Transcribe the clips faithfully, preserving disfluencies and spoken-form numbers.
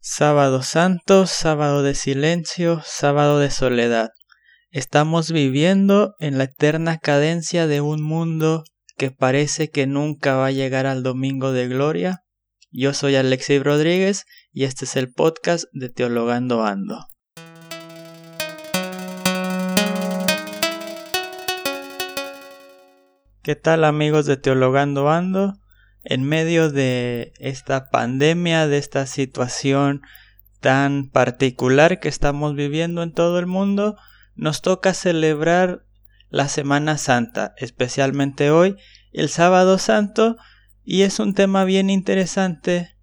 Sábado Santo, sábado de silencio, sábado de soledad. Estamos viviendo en la eterna cadencia de un mundo que parece que nunca va a llegar al domingo de gloria. Yo soy Alexei Rodríguez y este es el podcast de Teologando Ando. ¿Qué tal, amigos de Teologando Ando? En medio de esta pandemia, de esta situación tan particular que estamos viviendo en todo el mundo, nos toca celebrar la Semana Santa, especialmente hoy, el Sábado Santo, y es un tema bien interesante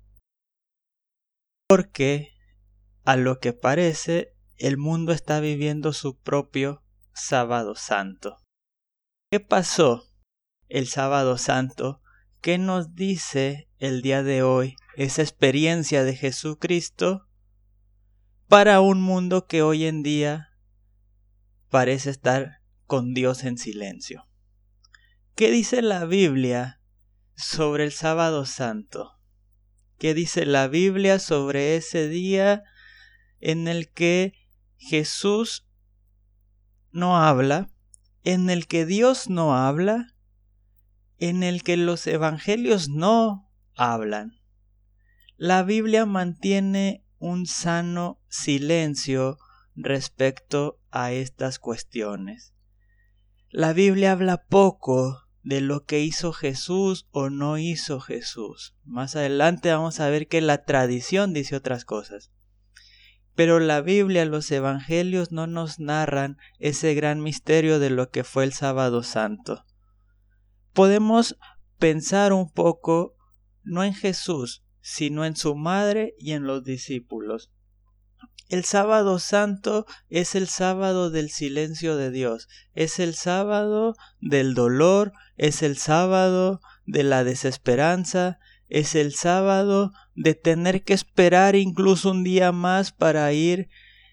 porque, a lo que parece, el mundo está viviendo su propio Sábado Santo. ¿Qué pasó el Sábado Santo? ¿Qué nos dice el día de hoy esa experiencia de Jesucristo para un mundo que hoy en día parece estar con Dios en silencio? ¿Qué dice la Biblia sobre el Sábado Santo? ¿Qué dice la Biblia sobre ese día en el que Jesús no habla, en el que Dios no habla, en el que los evangelios no hablan? La Biblia mantiene un sano silencio respecto a estas cuestiones. La Biblia habla poco de lo que hizo Jesús o no hizo Jesús. Más adelante vamos a ver que la tradición dice otras cosas. Pero la Biblia, los evangelios no nos narran ese gran misterio de lo que fue el Sábado Santo. Podemos pensar un poco no en Jesús, sino en su madre y en los discípulos. El Sábado Santo es el sábado del silencio de Dios, es el sábado del dolor, es el sábado de la desesperanza, es el sábado de tener que esperar incluso un día más para ir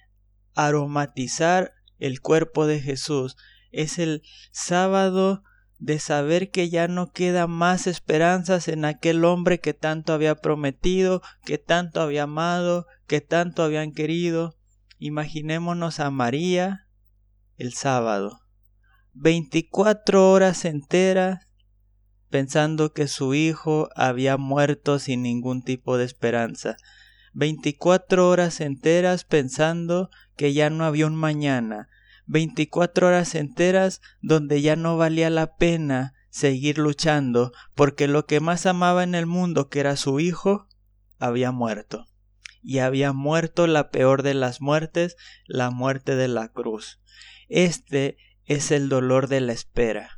a aromatizar el cuerpo de Jesús. Es el sábado de saber que ya no queda más esperanzas en aquel hombre que tanto había prometido, que tanto había amado, que tanto habían querido. Imaginémonos a María el sábado, veinticuatro horas enteras pensando que su hijo había muerto sin ningún tipo de esperanza. veinticuatro horas enteras pensando que ya no había un mañana. veinticuatro horas enteras donde ya no valía la pena seguir luchando porque lo que más amaba en el mundo, que era su hijo, había muerto. Y había muerto la peor de las muertes, la muerte de la cruz. Este es el dolor de la espera.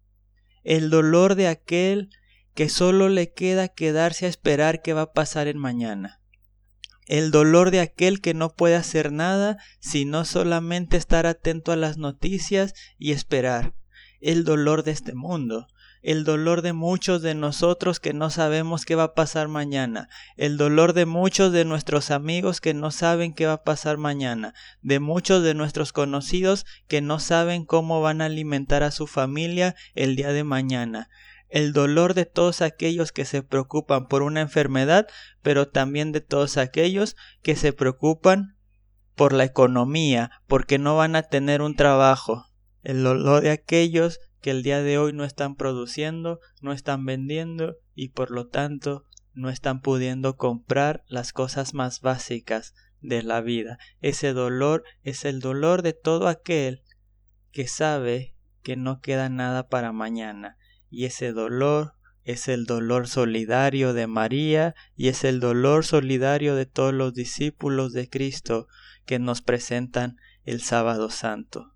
El dolor de aquel que solo le queda quedarse a esperar qué va a pasar en mañana. El dolor de aquel que no puede hacer nada sino solamente estar atento a las noticias y esperar. El dolor de este mundo. El dolor de muchos de nosotros que no sabemos qué va a pasar mañana. El dolor de muchos de nuestros amigos que no saben qué va a pasar mañana. De muchos de nuestros conocidos que no saben cómo van a alimentar a su familia el día de mañana. El dolor de todos aquellos que se preocupan por una enfermedad, pero también de todos aquellos que se preocupan por la economía, porque no van a tener un trabajo. El dolor de aquellos que el día de hoy no están produciendo, no están vendiendo y por lo tanto no están pudiendo comprar las cosas más básicas de la vida. Ese dolor es el dolor de todo aquel que sabe que no queda nada para mañana. Y ese dolor es el dolor solidario de María y es el dolor solidario de todos los discípulos de Cristo que nos presentan el Sábado Santo.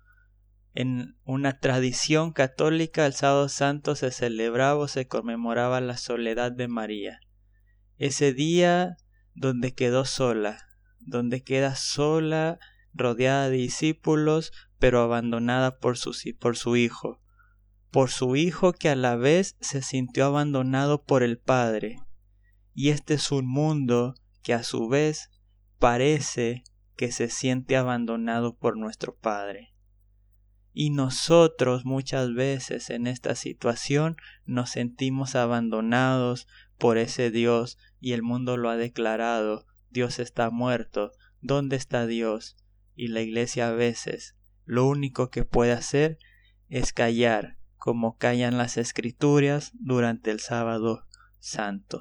En una tradición católica, el Sábado Santo se celebraba o se conmemoraba la soledad de María. Ese día donde quedó sola, donde queda sola, rodeada de discípulos, pero abandonada por su, por su hijo. Por su hijo que a la vez se sintió abandonado por el Padre. Y este es un mundo que a su vez parece que se siente abandonado por nuestro Padre. Y nosotros muchas veces en esta situación nos sentimos abandonados por ese Dios y el mundo lo ha declarado Dios está muerto, ¿dónde está Dios? Y la iglesia a veces lo único que puede hacer es callar, como callan las escrituras durante el sábado santo.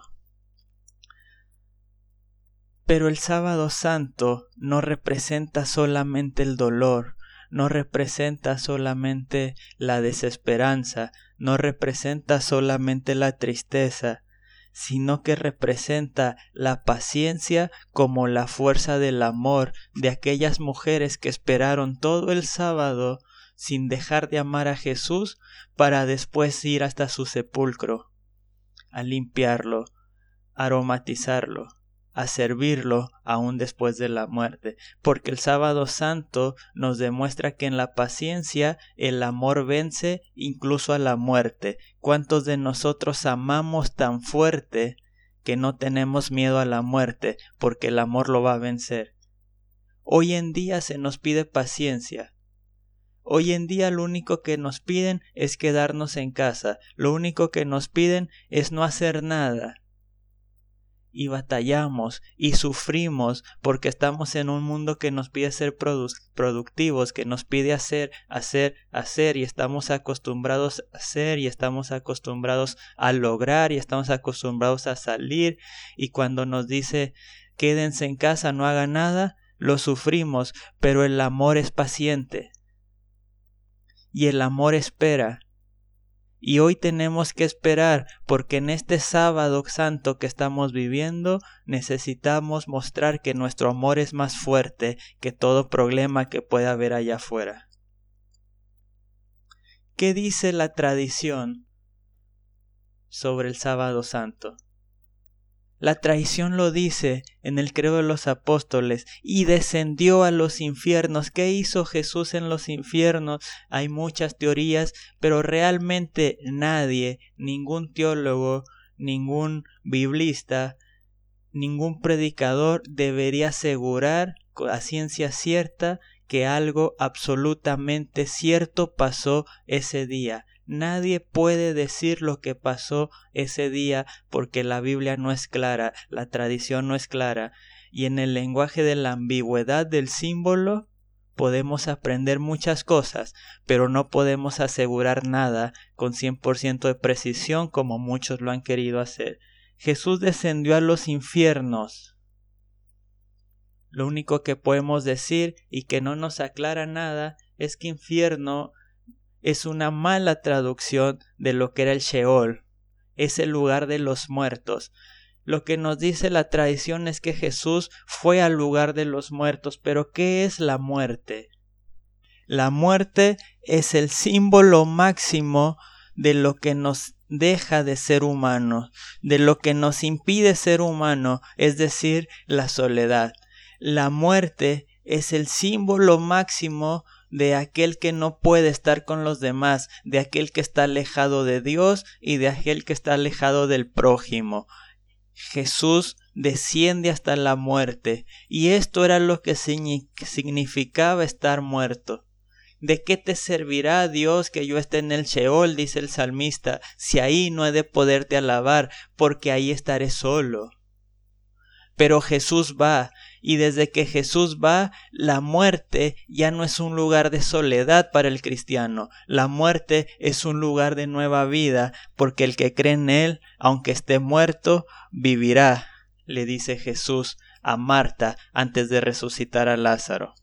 Pero el sábado santo no representa solamente el dolor, no representa solamente la desesperanza, no representa solamente la tristeza, sino que representa la paciencia como la fuerza del amor de aquellas mujeres que esperaron todo el sábado sin dejar de amar a Jesús para después ir hasta su sepulcro, a limpiarlo, a aromatizarlo, a servirlo aún después de la muerte, porque el sábado santo nos demuestra que en la paciencia el amor vence incluso a la muerte. ¿Cuántos de nosotros amamos tan fuerte que no tenemos miedo a la muerte, porque el amor lo va a vencer? Hoy en día se nos pide paciencia. Hoy en día lo único que nos piden es quedarnos en casa, lo único que nos piden es no hacer nada. Y batallamos y sufrimos porque estamos en un mundo que nos pide ser produ- productivos, que nos pide hacer, hacer, hacer y estamos acostumbrados a hacer y estamos acostumbrados a lograr y estamos acostumbrados a salir, y cuando nos dice quédense en casa, no hagan nada, lo sufrimos, pero el amor es paciente y el amor espera. Y hoy tenemos que esperar porque en este sábado santo que estamos viviendo necesitamos mostrar que nuestro amor es más fuerte que todo problema que pueda haber allá afuera. ¿Qué dice la tradición sobre el sábado santo? La tradición lo dice en el Credo de los Apóstoles, y descendió a los infiernos. ¿Qué hizo Jesús en los infiernos? Hay muchas teorías, pero realmente nadie, ningún teólogo, ningún biblista, ningún predicador debería asegurar a ciencia cierta que algo absolutamente cierto pasó ese día. Nadie puede decir lo que pasó ese día porque la Biblia no es clara, la tradición no es clara, y en el lenguaje de la ambigüedad del símbolo podemos aprender muchas cosas, pero no podemos asegurar nada con cien por ciento de precisión como muchos lo han querido hacer. Jesús descendió a los infiernos. Lo único que podemos decir y que no nos aclara nada es que infierno es una mala traducción de lo que era el Sheol, es el lugar de los muertos. Lo que nos dice la tradición es que Jesús fue al lugar de los muertos, pero ¿qué es la muerte? La muerte es el símbolo máximo de lo que nos deja de ser humano, de lo que nos impide ser humano, es decir, la soledad. La muerte es el símbolo máximo de aquel que no puede estar con los demás, de aquel que está alejado de Dios y de aquel que está alejado del prójimo. Jesús desciende hasta la muerte, y esto era lo que significaba estar muerto. ¿De qué te servirá, Dios, que yo esté en el Sheol?, dice el salmista, si ahí no he de poderte alabar, porque ahí estaré solo. Pero Jesús va, y desde que Jesús va, la muerte ya no es un lugar de soledad para el cristiano. La muerte es un lugar de nueva vida, porque el que cree en Él, aunque esté muerto, vivirá, le dice Jesús a Marta antes de resucitar a Lázaro.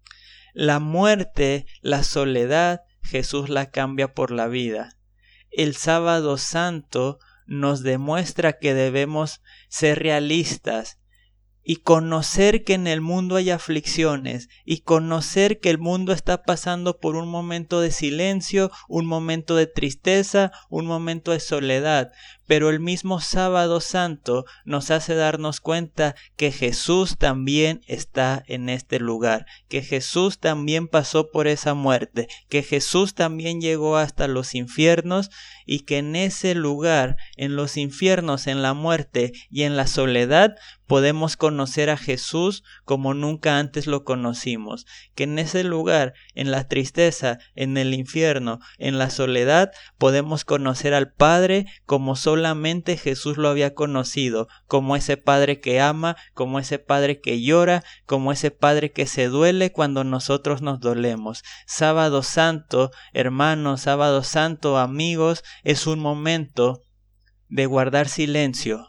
La muerte, la soledad, Jesús la cambia por la vida. El sábado santo nos demuestra que debemos ser realistas y conocer que en el mundo hay aflicciones, y conocer que el mundo está pasando por un momento de silencio, un momento de tristeza, un momento de soledad. Pero el mismo sábado santo nos hace darnos cuenta que Jesús también está en este lugar, que Jesús también pasó por esa muerte, que Jesús también llegó hasta los infiernos, y que en ese lugar, en los infiernos, en la muerte y en la soledad, podemos conocer a Jesús como nunca antes lo conocimos. Que en ese lugar, en la tristeza, en el infierno, en la soledad, podemos conocer al Padre como solo solamente Jesús lo había conocido, como ese Padre que ama, como ese Padre que llora, como ese Padre que se duele cuando nosotros nos dolemos. Sábado Santo, hermanos, Sábado Santo, amigos, es un momento de guardar silencio.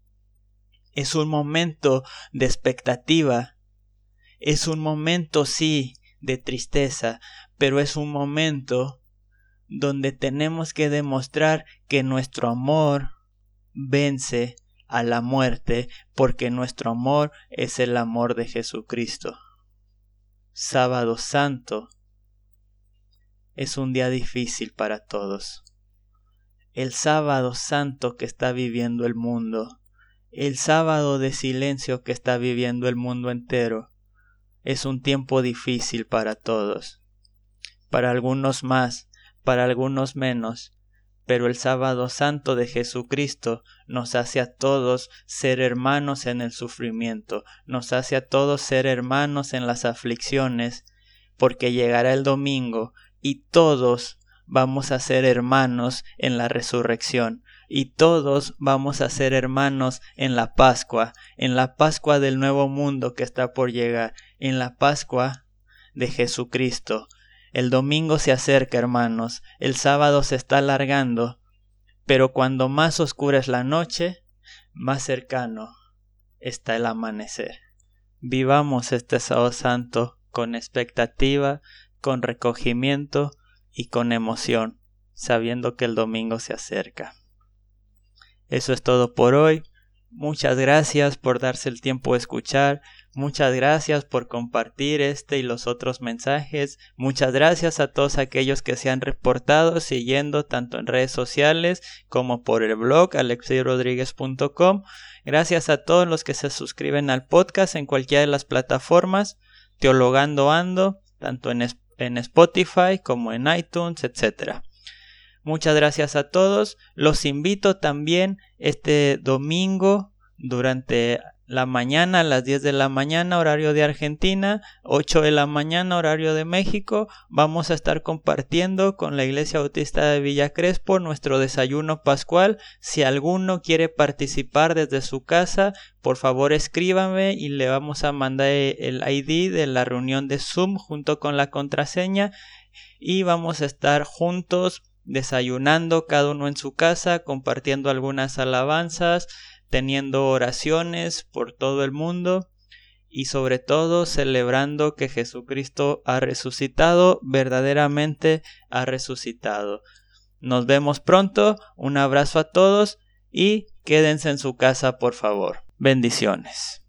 Es un momento de expectativa. Es un momento, sí, de tristeza, pero es un momento donde tenemos que demostrar que nuestro amor vence a la muerte, porque nuestro amor es el amor de Jesucristo. Sábado Santo es un día difícil para todos. El Sábado Santo que está viviendo el mundo, el sábado de silencio que está viviendo el mundo entero, es un tiempo difícil para todos. Para algunos más, para algunos menos, pero el Sábado Santo de Jesucristo nos hace a todos ser hermanos en el sufrimiento, nos hace a todos ser hermanos en las aflicciones, porque llegará el domingo y todos vamos a ser hermanos en la resurrección, y todos vamos a ser hermanos en la Pascua, en la Pascua del nuevo mundo que está por llegar, en la Pascua de Jesucristo. El domingo se acerca, hermanos, el sábado se está alargando, pero cuando más oscura es la noche, más cercano está el amanecer. Vivamos este Sábado Santo con expectativa, con recogimiento y con emoción, sabiendo que el domingo se acerca. Eso es todo por hoy. Muchas gracias por darse el tiempo de escuchar. Muchas gracias por compartir este y los otros mensajes. Muchas gracias a todos aquellos que se han reportado siguiendo tanto en redes sociales como por el blog alexei rodriguez punto com. Gracias a todos los que se suscriben al podcast en cualquiera de las plataformas. Teologando Ando, tanto en, en Spotify como en iTunes, etcétera. Muchas gracias a todos. Los invito también este domingo durante la mañana, a las diez de la mañana, horario de Argentina, ocho de la mañana, horario de México. Vamos a estar compartiendo con la Iglesia Bautista de Villa Crespo nuestro desayuno pascual. Si alguno quiere participar desde su casa, por favor escríbame y le vamos a mandar el I D de la reunión de Zoom junto con la contraseña y vamos a estar juntos desayunando cada uno en su casa, compartiendo algunas alabanzas, teniendo oraciones por todo el mundo y sobre todo celebrando que Jesucristo ha resucitado, verdaderamente ha resucitado. Nos vemos pronto, un abrazo a todos y quédense en su casa por favor. Bendiciones.